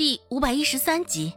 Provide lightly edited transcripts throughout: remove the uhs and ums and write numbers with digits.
第513集。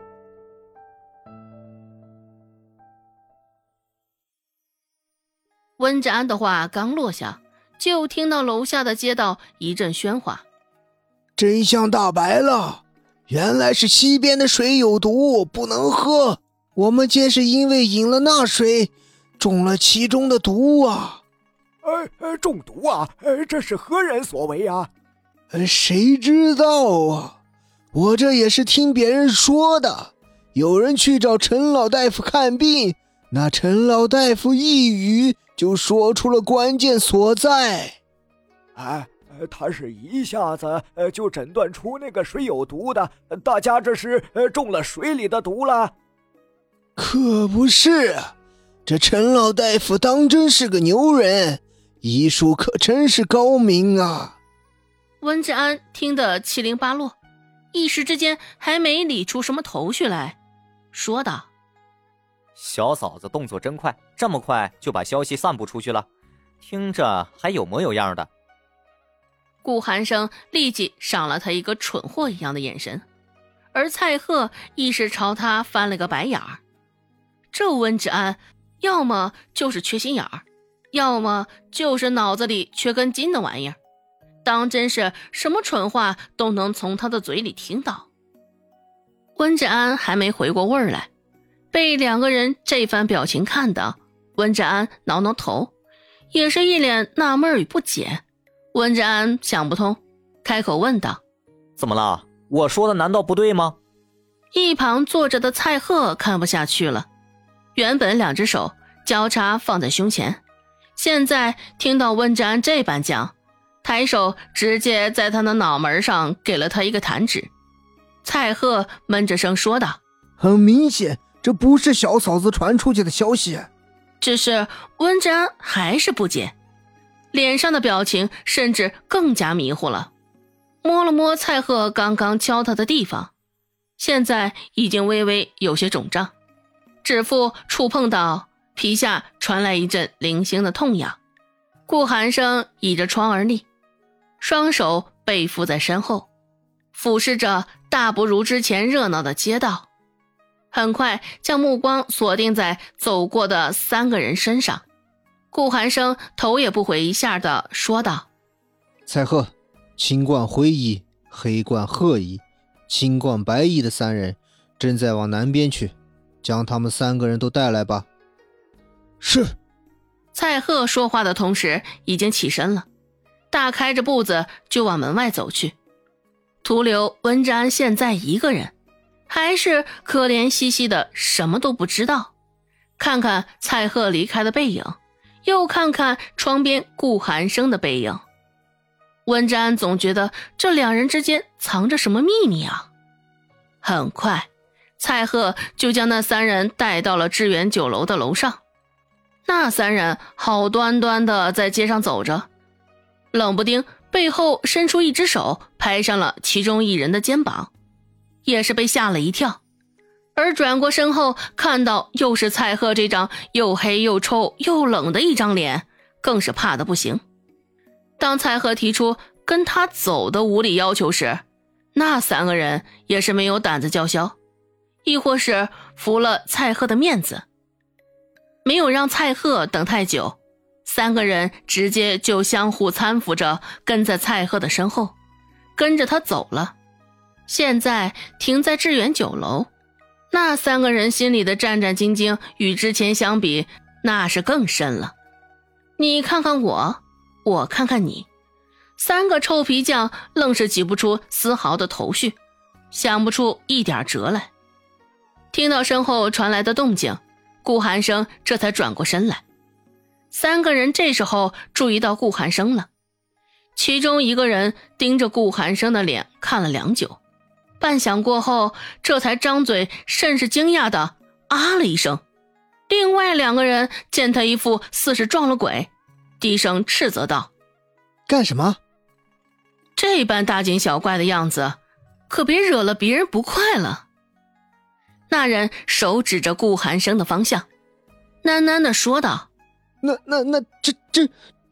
温志安的话刚落下，就听到楼下的街道一阵喧哗。 真相大白了，原来是西边的水有毒，不能喝。我们皆是因为饮了那水，中了其中的毒啊！ 中毒啊？这是何人所为啊？ 谁知道啊？我这也是听别人说的。有人去找陈老大夫看病，那陈老大夫一语就说出了关键所在。 他是一下子就诊断出那个水有毒的，大家这是中了水里的毒了。 可不是，这陈老大夫当真是个牛人，医术可真是高明啊。 温志安听得七零八落，一时之间还没理出什么头绪来，说道： 小嫂子动作真快，这么快就把消息散布出去了，听着还有模有样的。 顾寒生立即赏了他一个蠢货一样的眼神，而蔡贺亦是朝他翻了个白眼儿。这温志安要么就是缺心眼儿，要么就是脑子里缺根筋的玩意儿，当真是什么蠢话都能从他的嘴里听到。温志安还没回过味儿来，被两个人这番表情看到，温志安挠挠头，也是一脸纳闷与不解。温志安想不通，开口问道： 怎么了？我说的难道不对吗？ 一旁坐着的蔡贺看不下去了，原本两只手交叉放在胸前，现在听到温志安这般讲，抬手直接在他的脑门上给了他一个弹指。蔡贺闷着声说道： 很明显，这不是小嫂子传出去的消息。 只是温志安还是不解，脸上的表情甚至更加迷糊了，摸了摸蔡贺刚刚敲他的地方，现在已经微微有些肿胀，指腹触碰到皮下传来一阵零星的痛痒。顾寒生倚着窗而立，双手背负在身后，俯视着大不如之前热闹的街道，很快将目光锁定在走过的三个人身上。顾寒生头也不回一下的说道： 蔡贺、青冠灰衣、黑冠褐衣、青冠白衣的三人正在往南边去，将他们三个人都带来吧。是。 蔡贺说话的同时已经起身了，大开着步子就往门外走去，徒留温志安现在一个人，还是可怜兮兮的什么都不知道。看看蔡贺离开的背影，又看看窗边顾寒生的背影，温志安总觉得这两人之间藏着什么秘密啊。很快蔡贺就将那三人带到了致远酒楼的楼上。那三人好端端的在街上走着，冷不丁背后伸出一只手拍上了其中一人的肩膀，也是被吓了一跳，而转过身后看到又是蔡贺这张又黑又臭又冷的一张脸，更是怕得不行。当蔡贺提出跟他走的无理要求时，那三个人也是没有胆子叫嚣，亦或是服了蔡贺的面子。没有让蔡贺等太久，三个人直接就相互搀扶着跟在蔡贺的身后，跟着他走了。现在停在致远酒楼，那三个人心里的战战兢兢与之前相比，那是更深了。你看看我，我看看你，三个臭皮匠愣是挤不出丝毫的头绪，想不出一点辙来。听到身后传来的动静，顾寒生这才转过身来。三个人这时候注意到顾寒生了，其中一个人盯着顾寒生的脸看了良久，半晌过后，这才张嘴甚是惊讶的啊了一声。另外两个人见他一副似是撞了鬼，低声斥责道： 干什么？ 这般大惊小怪的样子，可别惹了别人不快了。那人手指着顾寒生的方向，喃喃地说道：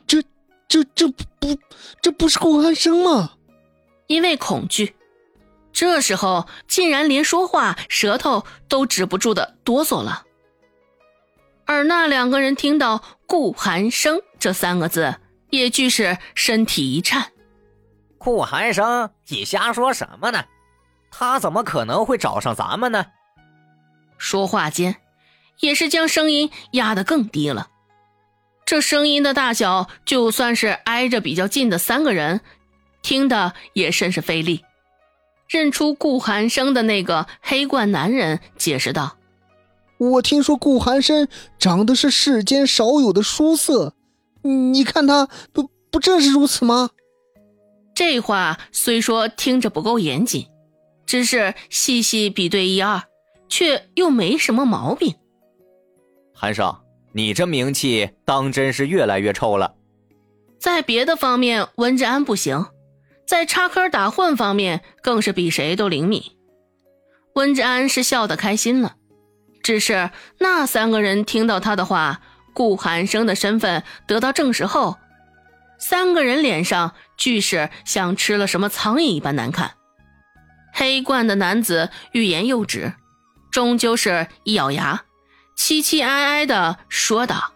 这不是顾寒生吗？因为恐惧， 这时候竟然连说话舌头都止不住的哆嗦了。而那2个人听到顾寒生这3个字，也俱是身体一颤。 顾寒生，你瞎说什么呢？他怎么可能会找上咱们呢？ 说话间也是将声音压得更低了。这声音的大小，就算是挨着比较近的3个人听得也甚是费力。认出顾寒生的那个黑冠男人解释道： 我听说顾寒生长得是世间少有的殊色，你看他不正是如此吗？ 这话虽说听着不够严谨，只是细细比对一二，却又没什么毛病。 寒生，你这名气当真是越来越臭了。 在别的方面温之安不行，在插科打诨方面更是比谁都灵敏。温之安是笑得开心了，只是那3个人听到他的话，顾寒生的身份得到证实后，3个人脸上俱是像吃了什么苍蝇一般难看。黑冠的男子欲言又止，终究是一咬牙，凄凄哀哀地说道：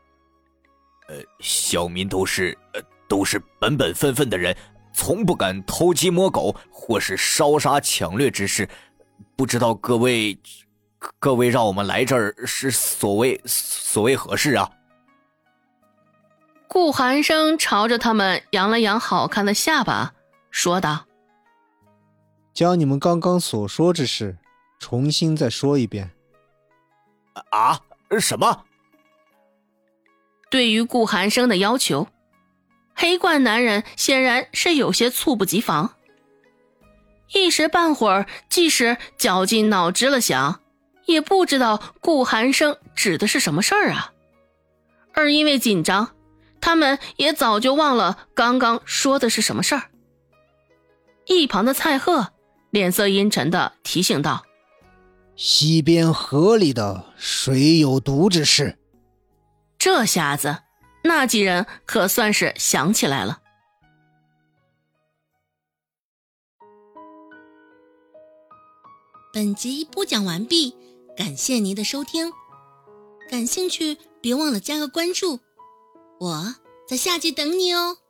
小民都是本本分分的人，从不敢偷鸡摸狗或是烧杀抢掠之事，不知道各位让我们来这儿是所谓何事啊？ 顾寒生朝着他们扬了扬好看的下巴，说道： 将你们刚刚所说之事重新再说一遍。 啊？什么？ 对于顾寒生的要求，黑冠男人显然是有些猝不及防，一时半会儿即使绞尽脑汁了想，也不知道顾寒生指的是什么事儿啊。而因为紧张，他们也早就忘了刚刚说的是什么事儿。一旁的蔡贺脸色阴沉地提醒道： 西边河里的水有毒之事。 这下子那几人可算是想起来了。 本集播讲完毕，感谢您的收听。感兴趣别忘了加个关注，我在下集等你哦。